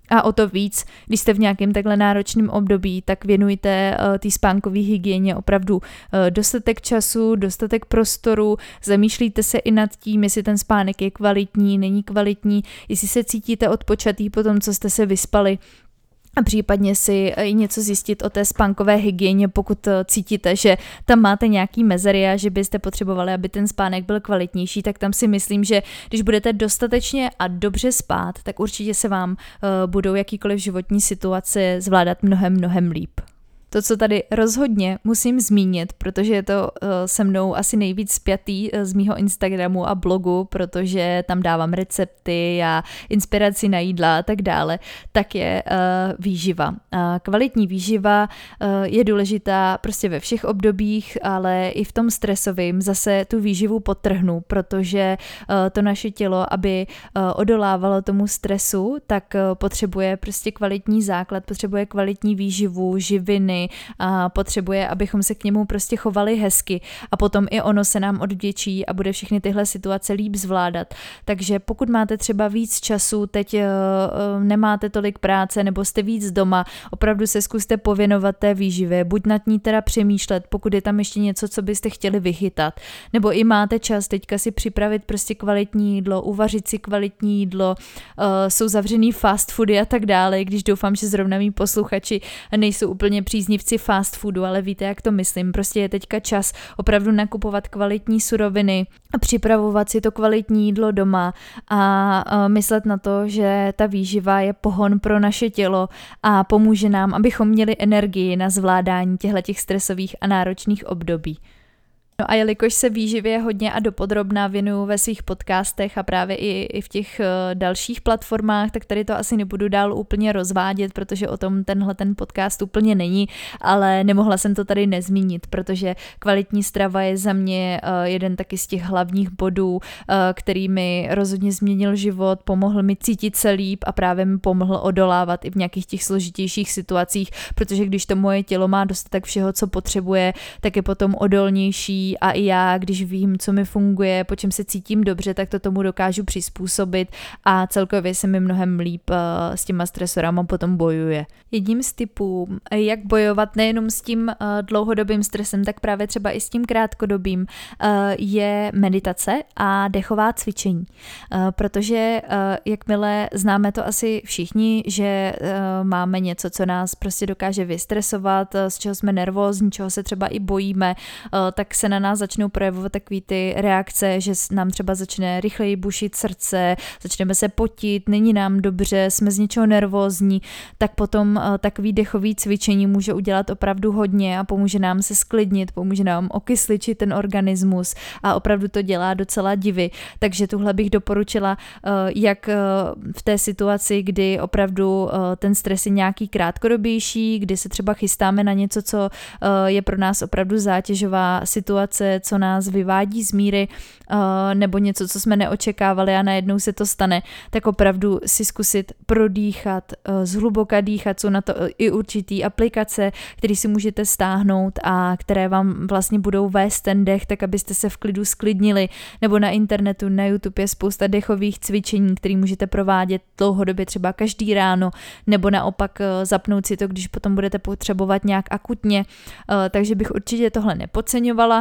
A o to víc, když jste v nějakém takhle náročném období, tak věnujte té spánkové hygieně opravdu dostatek času, dostatek prostoru, zamýšlíte se i nad tím, jestli ten spánek je kvalitní, není kvalitní, jestli se cítíte odpočatý po tom, co jste se vyspali. A případně si něco zjistit o té spánkové hygieně, pokud cítíte, že tam máte nějaký mezery a že byste potřebovali, aby ten spánek byl kvalitnější, tak tam si myslím, že když budete dostatečně a dobře spát, tak určitě se vám budou jakýkoliv životní situace zvládat mnohem líp. To, co tady rozhodně musím zmínit, protože je to se mnou asi nejvíc spjatý z mýho Instagramu a blogu, protože tam dávám recepty a inspiraci na jídla a tak dále, tak je výživa. Kvalitní výživa je důležitá prostě ve všech obdobích, ale i v tom stresovém zase tu výživu podtrhnu, protože to naše tělo, aby odolávalo tomu stresu, tak potřebuje prostě kvalitní základ, potřebuje kvalitní výživu, živiny, a potřebuje, abychom se k němu prostě chovali hezky a potom i ono se nám odvděčí a bude všechny tyhle situace líp zvládat. Takže pokud máte třeba víc času, teď nemáte tolik práce nebo jste víc doma, opravdu se zkuste pověnovat té výživě, buď nad ní teda přemýšlet, pokud je tam ještě něco, co byste chtěli vychytat, nebo i máte čas teďka si připravit prostě kvalitní jídlo, uvařit si kvalitní jídlo, jsou zavřený fast foody a tak dále, když doufám, že zrovna mý posluchači nejsou úplně příznivci fast foodu, ale víte, jak to myslím. Prostě je teďka čas opravdu nakupovat kvalitní suroviny a připravovat si to kvalitní jídlo doma a myslet na to, že ta výživa je pohon pro naše tělo a pomůže nám, abychom měli energii na zvládání těchto stresových a náročných období. No a jelikož se výživě hodně a dopodrobná věnuju ve svých podcastech a právě i v těch dalších platformách, tak tady to asi nebudu dál úplně rozvádět, protože o tom ten podcast úplně není, ale nemohla jsem to tady nezmínit, protože kvalitní strava je za mě jeden taky z těch hlavních bodů, který mi rozhodně změnil život, pomohl mi cítit se líp a právě mi pomohl odolávat i v nějakých těch složitějších situacích, protože když to moje tělo má dostatek všeho, co potřebuje, tak je potom odolnější a i já, když vím, co mi funguje, po čem se cítím dobře, tak to tomu dokážu přizpůsobit a celkově se mi mnohem líp s těma stresorama potom bojuje. Jedním z tipů, jak bojovat nejenom s tím dlouhodobým stresem, tak právě třeba i s tím krátkodobým, je meditace a dechová cvičení. Protože jakmile známe to asi všichni, že máme něco, co nás prostě dokáže vystresovat, z čeho jsme nervózní, čeho se třeba i bojíme, tak se na nás začnou projevovat takový ty reakce, že nám třeba začne rychleji bušit srdce, začneme se potit, není nám dobře, jsme z něčeho nervózní, tak potom takový dechový cvičení může udělat opravdu hodně a pomůže nám se sklidnit, pomůže nám okysličit ten organismus a opravdu to dělá docela divy. Takže tuhle bych doporučila, jak v té situaci, kdy opravdu ten stres je nějaký krátkodobější, kdy se třeba chystáme na něco, co je pro nás opravdu zátěžová situace, co nás vyvádí z míry, nebo něco, co jsme neočekávali a najednou se to stane, tak opravdu si zkusit prodýchat, zhluboka dýchat, jsou na to i určitý aplikace, které si můžete stáhnout a které vám vlastně budou vést ten dech, tak abyste se v klidu sklidnili, nebo na internetu, na YouTube je spousta dechových cvičení, které můžete provádět dlouhodobě třeba každý ráno, nebo naopak zapnout si to, když potom budete potřebovat nějak akutně, takže bych určitě tohle nepodceňovala.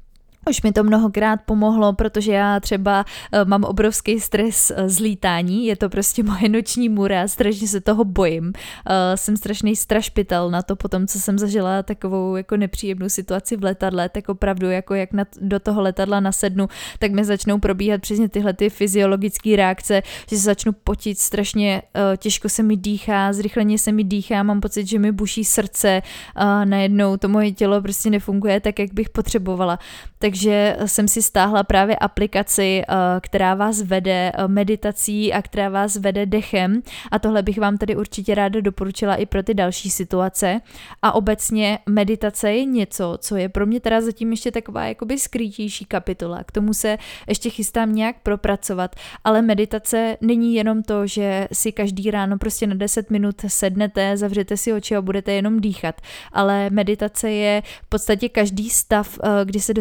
Už mi to mnohokrát pomohlo, protože já třeba mám obrovský stres z lítání, je to prostě moje noční můra, strašně se toho bojím. Jsem strašný strašpitel na to potom, co jsem zažila takovou jako nepříjemnou situaci v letadle, tak opravdu jako jak do toho letadla nasednu, tak mi začnou probíhat přesně tyhle ty fyziologické reakce, že se začnu potit, strašně těžko se mi dýchá, zrychleně se mi dýchá, mám pocit, že mi buší srdce, najednou to moje tělo prostě nefunguje tak, jak bych potřebovala. Takže jsem si stáhla právě aplikaci, která vás vede meditací a která vás vede dechem a tohle bych vám tady určitě ráda doporučila i pro ty další situace a obecně meditace je něco, co je pro mě teda zatím ještě taková jakoby skrytější kapitola, k tomu se ještě chystám nějak propracovat, ale meditace není jenom to, že si každý ráno prostě na 10 minut sednete, zavřete si oči a budete jenom dýchat, ale meditace je v podstatě každý stav, kdy se dostaneme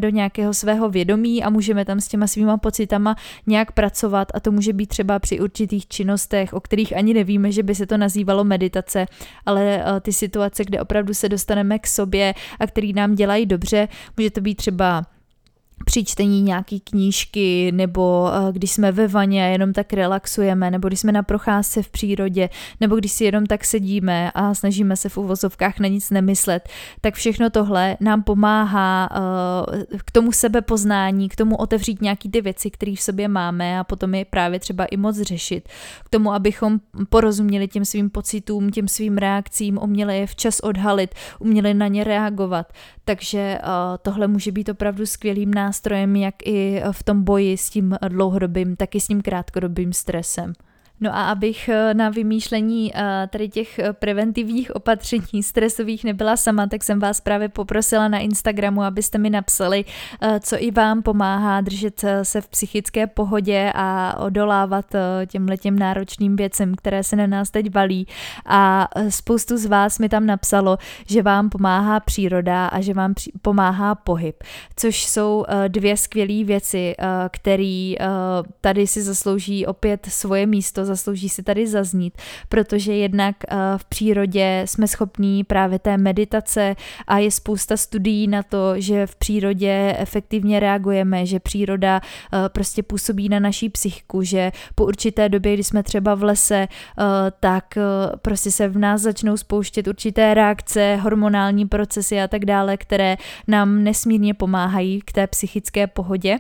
do nějakého svého vědomí a můžeme tam s těma svýma pocitama nějak pracovat a to může být třeba při určitých činnostech, o kterých ani nevíme, že by se to nazývalo meditace, ale ty situace, kde opravdu se dostaneme k sobě a který nám dělají dobře, může to být třeba při čtení nějaký knížky, nebo když jsme ve vaně a jenom tak relaxujeme, nebo když jsme na procházce v přírodě, nebo když si jenom tak sedíme a snažíme se v uvozovkách na nic nemyslet, tak všechno tohle nám pomáhá k tomu sebepoznání, k tomu otevřít nějaký ty věci, které v sobě máme a potom je právě třeba i moc řešit. K tomu, abychom porozuměli těm svým pocitům, těm svým reakcím, uměli je včas odhalit, uměli na ně reagovat. Takže tohle může být opravdu skvělým nástrojem, jak i v tom boji s tím dlouhodobým, tak i s tím krátkodobým stresem. No a abych na vymýšlení tady těch preventivních opatření stresových nebyla sama, tak jsem vás právě poprosila na Instagramu, abyste mi napsali, co i vám pomáhá držet se v psychické pohodě a odolávat těmhletěm náročným věcem, které se na nás teď valí. A spoustu z vás mi tam napsalo, že vám pomáhá příroda a že vám pomáhá pohyb, což jsou dvě skvělé věci, které tady si zaslouží opět svoje místo, zaslouží si tady zaznít, protože jednak v přírodě jsme schopní právě té meditace a je spousta studií na to, že v přírodě efektivně reagujeme, že příroda prostě působí na naší psychiku, že po určité době, kdy jsme třeba v lese, tak prostě se v nás začnou spouštět určité reakce, hormonální procesy a tak dále, které nám nesmírně pomáhají k té psychické pohodě.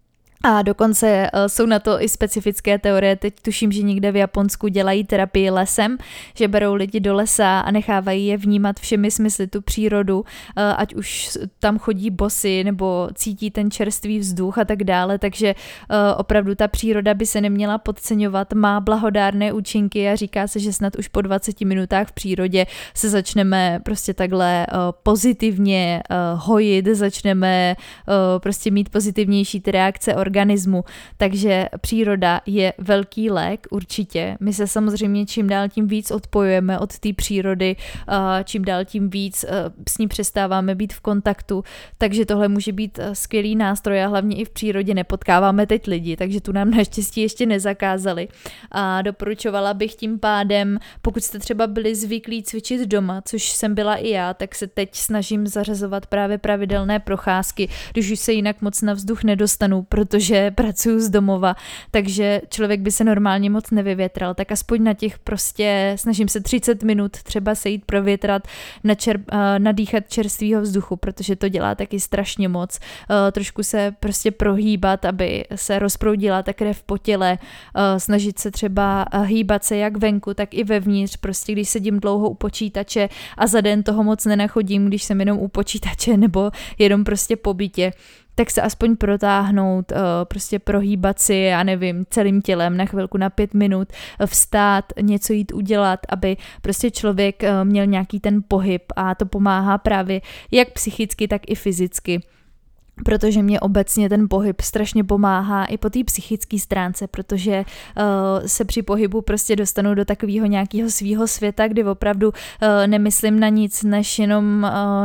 A dokonce jsou na to i specifické teorie, teď tuším, že někde v Japonsku dělají terapii lesem, že berou lidi do lesa a nechávají je vnímat všemi smysly tu přírodu, ať už tam chodí bosy nebo cítí ten čerstvý vzduch a tak dále, takže opravdu ta příroda by se neměla podceňovat, má blahodárné účinky a říká se, že snad už po 20 minutách v přírodě se začneme prostě takhle pozitivně hojit, začneme prostě mít pozitivnější ty reakce organismu, takže příroda je velký lék určitě. My se samozřejmě čím dál tím víc odpojujeme od té přírody, čím dál tím víc s ní přestáváme být v kontaktu, takže tohle může být skvělý nástroj a hlavně i v přírodě nepotkáváme teď lidi, takže tu nám naštěstí ještě nezakázali. A doporučovala bych tím pádem, pokud jste třeba byli zvyklí cvičit doma, což jsem byla i já, tak se teď snažím zařazovat právě pravidelné procházky, když už se jinak moc na vzduch nedostanu, protože pracuju z domova, takže člověk by se normálně moc nevyvětral, tak aspoň na těch prostě snažím se 30 minut třeba se jít provětrat, nadýchat čerstvýho vzduchu, protože to dělá taky strašně moc. Trošku se prostě prohýbat, aby se rozproudila ta krev po těle, snažit se třeba hýbat se jak venku, tak i vevnitř, prostě když sedím dlouho u počítače a za den toho moc nenachodím, když jsem jenom u počítače nebo jenom prostě po bytě, tak se aspoň protáhnout, prostě prohýbat si, já nevím, celým tělem na chvilku, na 5 minut, vstát, něco jít udělat, aby prostě člověk měl nějaký ten pohyb a to pomáhá právě jak psychicky, tak i fyzicky. Protože mě obecně ten pohyb strašně pomáhá i po té psychické stránce, protože se při pohybu prostě dostanu do takového nějakého svýho světa, kdy opravdu nemyslím na nic, než jenom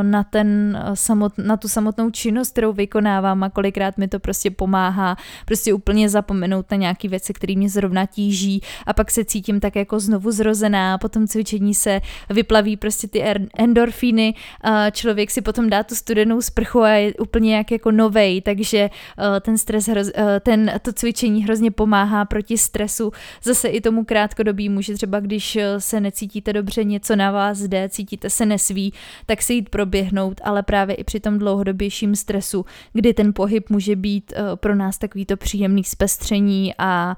na tu samotnou činnost, kterou vykonávám a kolikrát mi to prostě pomáhá prostě úplně zapomenout na nějaké věci, které mě zrovna tíží a pak se cítím tak jako znovu zrozená, po tom cvičení se vyplaví prostě ty endorfíny, člověk si potom dá tu studenou sprchu a je úplně jako novej, takže ten stres, to cvičení hrozně pomáhá proti stresu, zase i tomu krátkodobímu, že třeba když se necítíte dobře, něco na vás jde, cítíte se nesví, tak se jít proběhnout, ale právě i při tom dlouhodobějším stresu, kdy ten pohyb může být pro nás takovýto příjemný zpestření a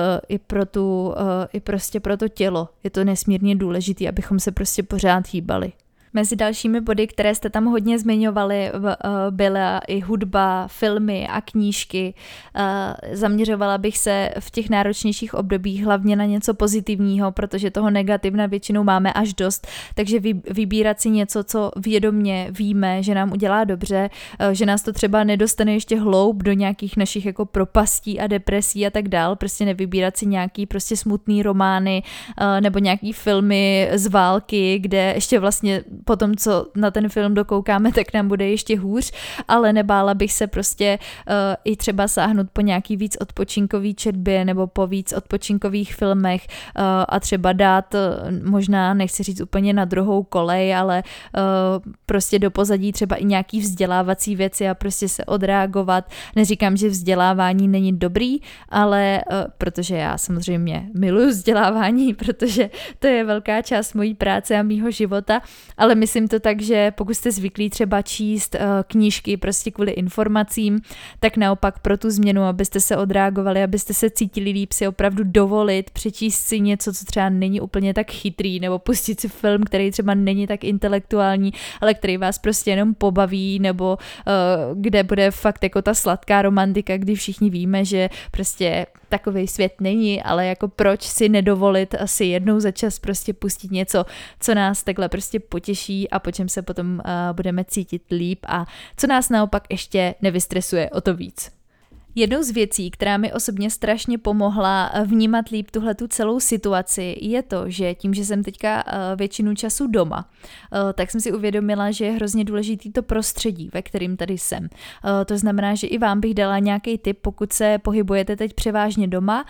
i prostě pro to tělo. Je to nesmírně důležité, abychom se prostě pořád hýbali. Mezi dalšími body, které jste tam hodně zmiňovali, byla i hudba, filmy a knížky. Zaměřovala bych se v těch náročnějších obdobích hlavně na něco pozitivního, protože toho negativna většinou máme až dost, takže vybírat si něco, co vědomě víme, že nám udělá dobře, že nás to třeba nedostane ještě hloub do nějakých našich jako propastí a depresí a tak dál, prostě nevybírat si nějaký prostě smutný romány nebo nějaký filmy z války, kde ještě vlastně potom, co na ten film dokoukáme, tak nám bude ještě hůř, ale nebála bych se prostě i třeba sáhnout po nějaký víc odpočinkový četbě nebo po víc odpočinkových filmech a třeba dát, možná nechci říct úplně na druhou kolej, ale prostě do pozadí třeba i nějaký vzdělávací věci a prostě se odreagovat. Neříkám, že vzdělávání není dobrý, ale protože já samozřejmě miluji vzdělávání, protože to je velká část mojí práce a mýho života, ale myslím to tak, že pokud jste zvyklí třeba číst knížky prostě kvůli informacím, tak naopak pro tu změnu, abyste se odreagovali, abyste se cítili líp, si opravdu dovolit přečíst si něco, co třeba není úplně tak chytrý, nebo pustit si film, který třeba není tak intelektuální, ale který vás prostě jenom pobaví, nebo kde bude fakt jako ta sladká romantika, kdy všichni víme, že prostě takovej svět není, ale jako proč si nedovolit asi jednou za čas prostě pustit něco, co nás takhle prostě potěší a po čem se potom budeme cítit líp a co nás naopak ještě nevystresuje o to víc. Jednou z věcí, která mi osobně strašně pomohla vnímat líp tuhletu celou situaci, je to, že tím, že jsem teďka většinu času doma, tak jsem si uvědomila, že je hrozně důležitý to prostředí, ve kterým tady jsem. To znamená, že i vám bych dala nějaký tip, pokud se pohybujete teď převážně doma,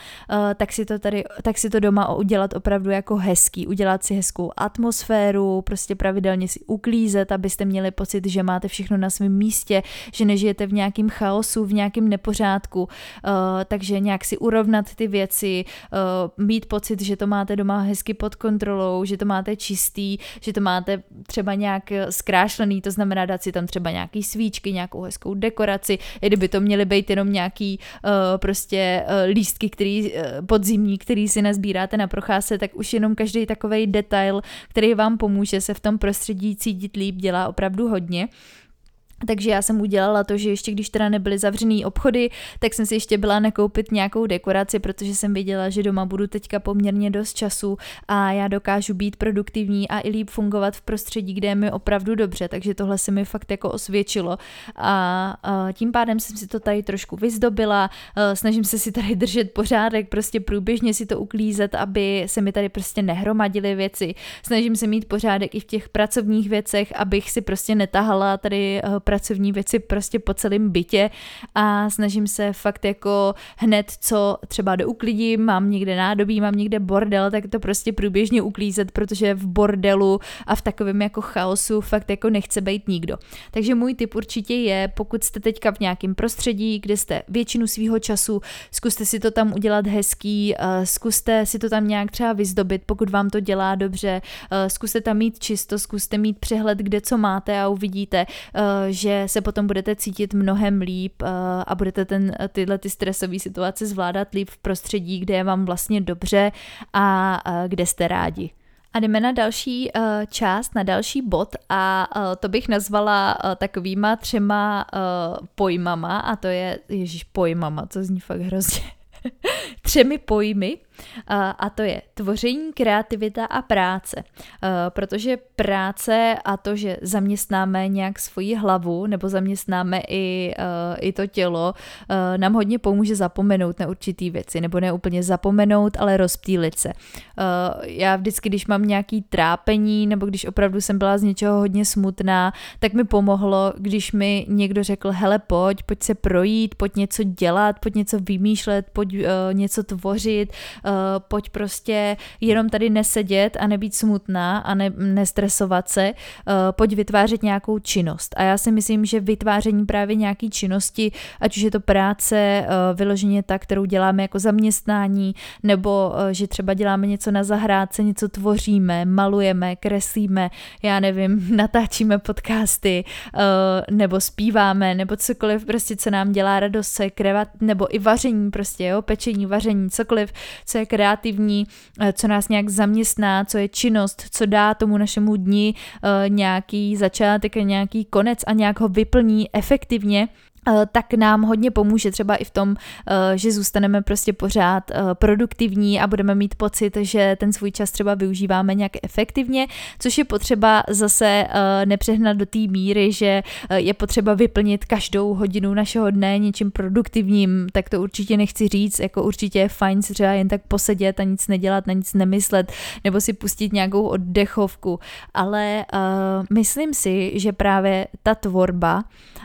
tak si to doma udělat opravdu jako hezký, udělat si hezkou atmosféru, prostě pravidelně si uklízet, abyste měli pocit, že máte všechno na svém místě, že nežijete v nějakém chaosu, v nějakém nepořádku, takže nějak si urovnat ty věci, mít pocit, že to máte doma hezky pod kontrolou, že to máte čistý, že to máte třeba nějak zkrášlený, to znamená dát si tam třeba nějaký svíčky, nějakou hezkou dekoraci, i kdyby to měly být jenom nějaký prostě lístky, podzimní, který si nazbíráte na procházce, tak už jenom každý takovej detail, který vám pomůže se v tom prostředí cítit líp, dělá opravdu hodně. Takže já jsem udělala to, že ještě když teda nebyly zavřený obchody, tak jsem si ještě byla nakoupit nějakou dekoraci, protože jsem viděla, že doma budu teďka poměrně dost času a já dokážu být produktivní a i líp fungovat v prostředí, kde je mi opravdu dobře, takže tohle se mi fakt jako osvědčilo a tím pádem jsem si to tady trošku vyzdobila, snažím se si tady držet pořádek, prostě průběžně si to uklízet, aby se mi tady prostě nehromadily věci, snažím se mít pořádek i v těch pracovních věcech, abych si prostě netahala tady pracovní věci prostě po celém bytě a snažím se fakt jako hned, co třeba douklidím, mám někde nádobí, mám někde bordel, tak to prostě průběžně uklízet, protože v bordelu a v takovém jako chaosu fakt jako nechce být nikdo. Takže můj tip určitě je, pokud jste teďka v nějakém prostředí, kde jste většinu svýho času, zkuste si to tam udělat hezký, zkuste si to tam nějak třeba vyzdobit, pokud vám to dělá dobře, zkuste tam mít čisto, zkuste mít přehled, kde co máte a uvidíte, že se potom budete cítit mnohem líp a budete tyhle stresové situace zvládat líp v prostředí, kde je vám vlastně dobře a kde jste rádi. A jdeme na další část, na další bod a to bych nazvala takovýma 3 pojmama a to je, pojmama, co zní fakt hrozně, 3 pojmy. A to je tvoření, kreativita a práce. Protože práce a to, že zaměstnáme nějak svoji hlavu nebo zaměstnáme i to tělo, nám hodně pomůže zapomenout na určitý věci, nebo ne úplně zapomenout, ale rozptýlit se. Já vždycky, když mám nějaký trápení, nebo když opravdu jsem byla z něčeho hodně smutná, tak mi pomohlo, když mi někdo řekl, hele pojď se projít, pojď něco dělat, pojď něco vymýšlet, pojď něco tvořit, pojď prostě jenom tady nesedět a nebýt smutná a nestresovat se, pojď vytvářet nějakou činnost. A já si myslím, že vytváření právě nějaký činnosti, ať už je to práce vyloženě ta, kterou děláme jako zaměstnání, nebo že třeba děláme něco na zahrádce, něco tvoříme, malujeme, kreslíme, já nevím, natáčíme podcasty, nebo zpíváme, nebo cokoliv prostě, co nám dělá radost, nebo i vaření prostě, jo, pečení, vaření, cokoliv, co je kreativní, co nás nějak zaměstná, co je činnost, co dá tomu našemu dni nějaký začátek a nějaký konec a nějak ho vyplní efektivně, tak nám hodně pomůže třeba i v tom, že zůstaneme prostě pořád produktivní a budeme mít pocit, že ten svůj čas třeba využíváme nějak efektivně, což je potřeba zase nepřehnat do té míry, že je potřeba vyplnit každou hodinu našeho dne něčím produktivním, tak to určitě nechci říct, jako určitě je fajn si třeba jen tak posedět a nic nedělat, na nic nemyslet, nebo si pustit nějakou oddechovku, ale myslím si, že právě ta tvorba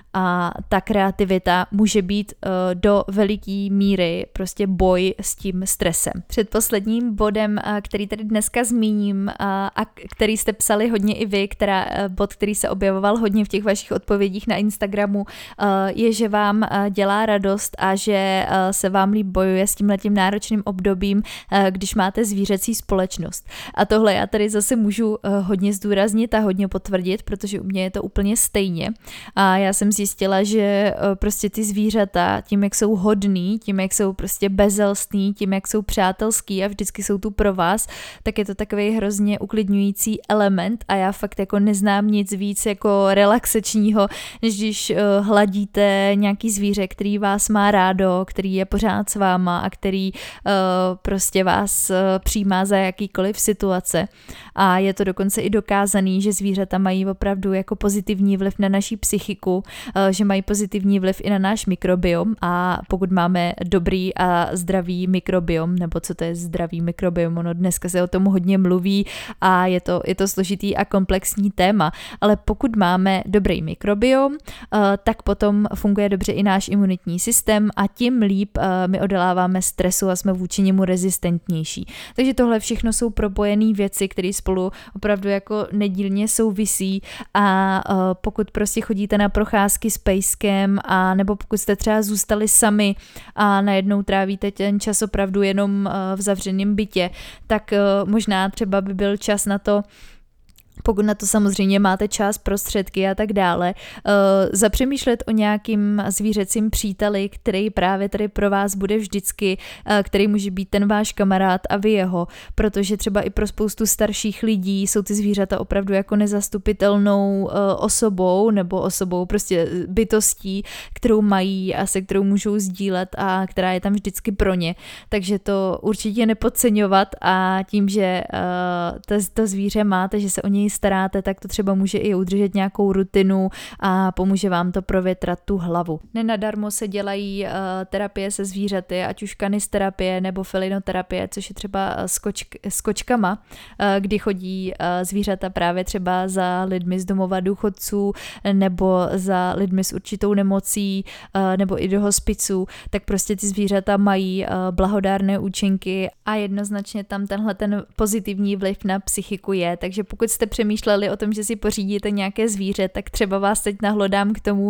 a ta kreativita může být do veliké míry prostě boj s tím stresem. Předposledním bodem, který tady dneska zmíním a který jste psali hodně i vy, bod, který se objevoval hodně v těch vašich odpovědích na Instagramu, je, že vám dělá radost a že se vám líp bojuje s tímhletím náročným obdobím, když máte zvířecí společnost. A tohle já tady zase můžu hodně zdůraznit a hodně potvrdit, protože u mě je to úplně stejně. A já jsem zjistila, že prostě ty zvířata, tím, jak jsou hodný, tím, jak jsou prostě bezelstný, tím, jak jsou přátelský a vždycky jsou tu pro vás, tak je to takový hrozně uklidňující element a já fakt jako neznám nic víc jako relaxačního, než když hladíte nějaký zvíře, který vás má rádo, který je pořád s váma a který prostě vás přijímá za jakýkoliv situace. A je to dokonce i dokázaný, že zvířata mají opravdu jako pozitivní vliv na naši psychiku, že mají pozitivní vliv i na náš mikrobiom a pokud máme dobrý a zdravý mikrobiom, nebo co to je zdravý mikrobiom, ono dneska se o tom hodně mluví a je to složitý a komplexní téma, ale pokud máme dobrý mikrobiom, tak potom funguje dobře i náš imunitní systém a tím líp my odoláváme stresu a jsme vůči němu rezistentnější. Takže tohle všechno jsou propojené věci, které spolu opravdu jako nedílně souvisí a pokud prostě chodíte na procházky s pejskem a nebo pokud jste třeba zůstali sami a najednou trávíte ten čas opravdu jenom v zavřeném bytě, tak možná třeba by byl čas na to, pokud na to samozřejmě máte čas, prostředky a tak dále, zapřemýšlet o nějakým zvířecím příteli, který právě tady pro vás bude vždycky, který může být ten váš kamarád a vy jeho, protože třeba i pro spoustu starších lidí jsou ty zvířata opravdu jako nezastupitelnou osobou nebo osobou prostě bytostí, kterou mají a se kterou můžou sdílet a která je tam vždycky pro ně. Takže to určitě nepodceňovat a tím, že to zvíře máte, že se o něj staráte, tak to třeba může i udržet nějakou rutinu a pomůže vám to provětrat tu hlavu. Nenadarmo se dělají terapie se zvířaty, ať už kanisterapie nebo felinoterapie, což je třeba s kočkama, kdy chodí zvířata právě třeba za lidmi z domova důchodců nebo za lidmi s určitou nemocí nebo i do hospiců, tak prostě ty zvířata mají blahodárné účinky a jednoznačně tam tenhle ten pozitivní vliv na psychiku je, takže pokud jste přemýšleli o tom, že si pořídíte nějaké zvíře, tak třeba vás teď nahlodám k tomu,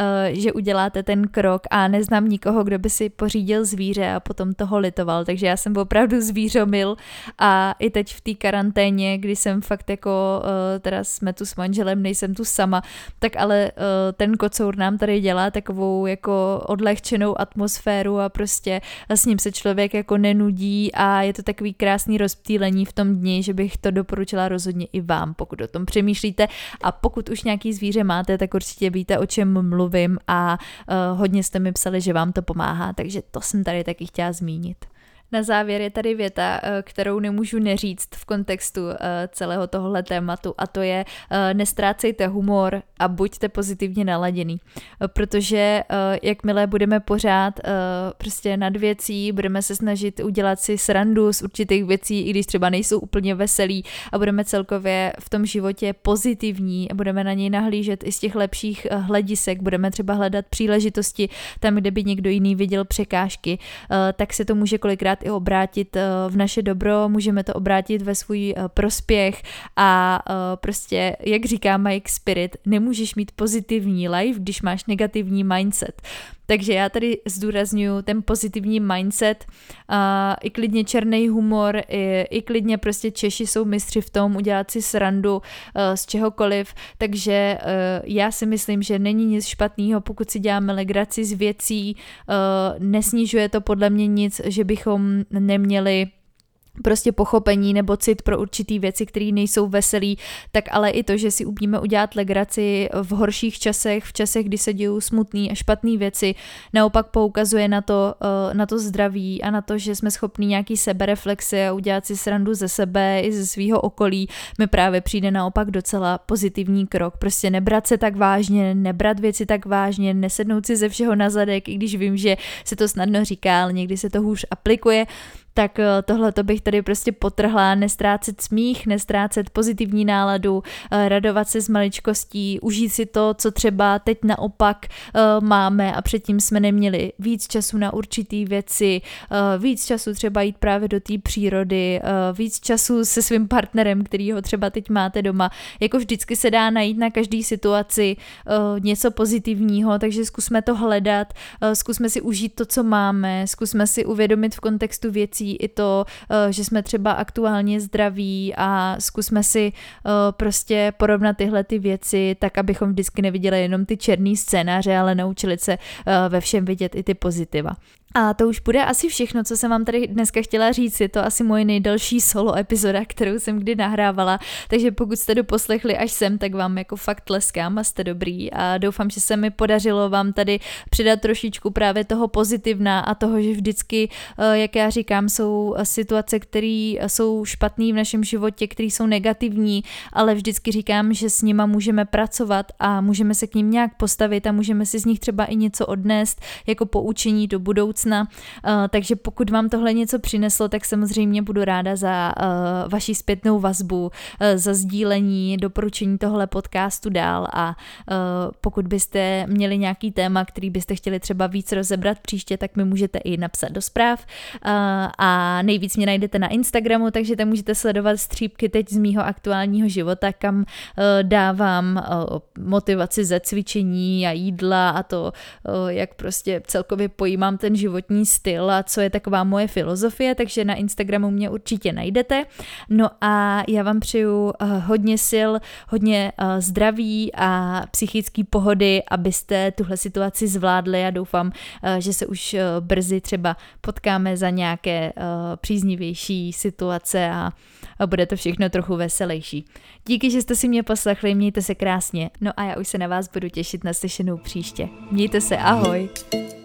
že uděláte ten krok a neznám nikoho, kdo by si pořídil zvíře a potom toho litoval, takže já jsem opravdu zvířomil a i teď v té karanténě, kdy jsem fakt jako, teda jsme tu s manželem, nejsem tu sama, tak ale ten kocour nám tady dělá takovou jako odlehčenou atmosféru a prostě s ním se člověk jako nenudí a je to takový krásný rozptýlení v tom dni, že bych to doporučila rozhodně i vám, pokud o tom přemýšlíte a pokud už nějaký zvíře máte, tak určitě víte, o čem mluvím a hodně jste mi psali, že vám to pomáhá, takže to jsem tady taky chtěla zmínit. Na závěr je tady věta, kterou nemůžu neříct v kontextu celého tohohle tématu a to je nestrácejte humor a buďte pozitivně naladěný, protože jakmile budeme pořád prostě nad věcí, budeme se snažit udělat si srandu z určitých věcí, i když třeba nejsou úplně veselí a budeme celkově v tom životě pozitivní a budeme na něj nahlížet i z těch lepších hledisek, budeme třeba hledat příležitosti tam, kde by někdo jiný viděl překážky, tak se to může kolikrát i obrátit v naše dobro, můžeme to obrátit ve svůj prospěch a prostě, jak říká Mike Spirit, nemůžeš mít pozitivní life, když máš negativní mindset. Takže já tady zdůraznuju ten pozitivní mindset, i klidně černý humor, i klidně prostě Češi jsou mistři v tom udělat si srandu z čehokoliv, takže já si myslím, že není nic špatného, pokud si děláme legraci z věcí, nesnižuje to podle mě nic, že bychom neměli prostě pochopení nebo cit pro určitý věci, které nejsou veselý, tak ale i to, že si umíme udělat legraci v horších časech, v časech, kdy se dějou smutné a špatné věci, naopak poukazuje na to zdraví a na to, že jsme schopní nějaký sebereflexe a udělat si srandu ze sebe i ze svého okolí, mi právě přijde naopak docela pozitivní krok. Prostě nebrat se tak vážně, nebrat věci tak vážně, nesednout si ze všeho na zadek, i když vím, že se to snadno říká, ale někdy se to hůř aplikuje. Tak tohle to bych tady prostě potrhla, nestrácet smích, nestrácet pozitivní náladu, radovat se z maličkostí, užít si to, co třeba teď naopak máme a předtím jsme neměli, víc času na určitý věci, víc času třeba jít právě do té přírody, víc času se svým partnerem, kterýho třeba teď máte doma. Jako vždycky se dá najít na každý situaci něco pozitivního, takže zkusme to hledat, zkusme si užít to, co máme, zkusme si uvědomit v kontextu věcí i to, že jsme třeba aktuálně zdraví a zkusme si prostě porovnat tyhle ty věci tak, abychom vždycky neviděli jenom ty černý scénáře, ale naučili se ve všem vidět i ty pozitiva. A to už bude asi všechno, co jsem vám tady dneska chtěla říct. Je to asi moje nejdelší solo epizoda, kterou jsem kdy nahrávala, takže pokud jste doposlechli až sem, tak vám jako fakt tleskám a jste dobrý a doufám, že se mi podařilo vám tady přidat trošičku právě toho pozitivna a toho, že vždycky, jak já říkám, jsou situace, které jsou špatné v našem životě, které jsou negativní, ale vždycky říkám, že s nima můžeme pracovat a můžeme se k ním nějak postavit a můžeme si z nich třeba i něco odnést jako poučení do budoucna. Takže pokud vám tohle něco přineslo, tak samozřejmě budu ráda za vaši zpětnou vazbu, za sdílení, doporučení tohle podcastu dál a pokud byste měli nějaký téma, který byste chtěli třeba víc rozebrat příště, tak mi můžete i napsat do zpráv a nejvíc mě najdete na Instagramu, takže tam můžete sledovat střípky teď z mýho aktuálního života, kam dávám motivaci ze cvičení a jídla a to, jak prostě celkově pojímám ten životní styl a co je taková moje filozofie, takže na Instagramu mě určitě najdete. No a já vám přeju hodně sil, hodně zdraví a psychické pohody, abyste tuhle situaci zvládli a doufám, že se už brzy třeba potkáme za nějaké příznivější situace a bude to všechno trochu veselější. Díky, že jste si mě poslechli, mějte se krásně. No a já už se na vás budu těšit na slyšenou příště. Mějte se, ahoj!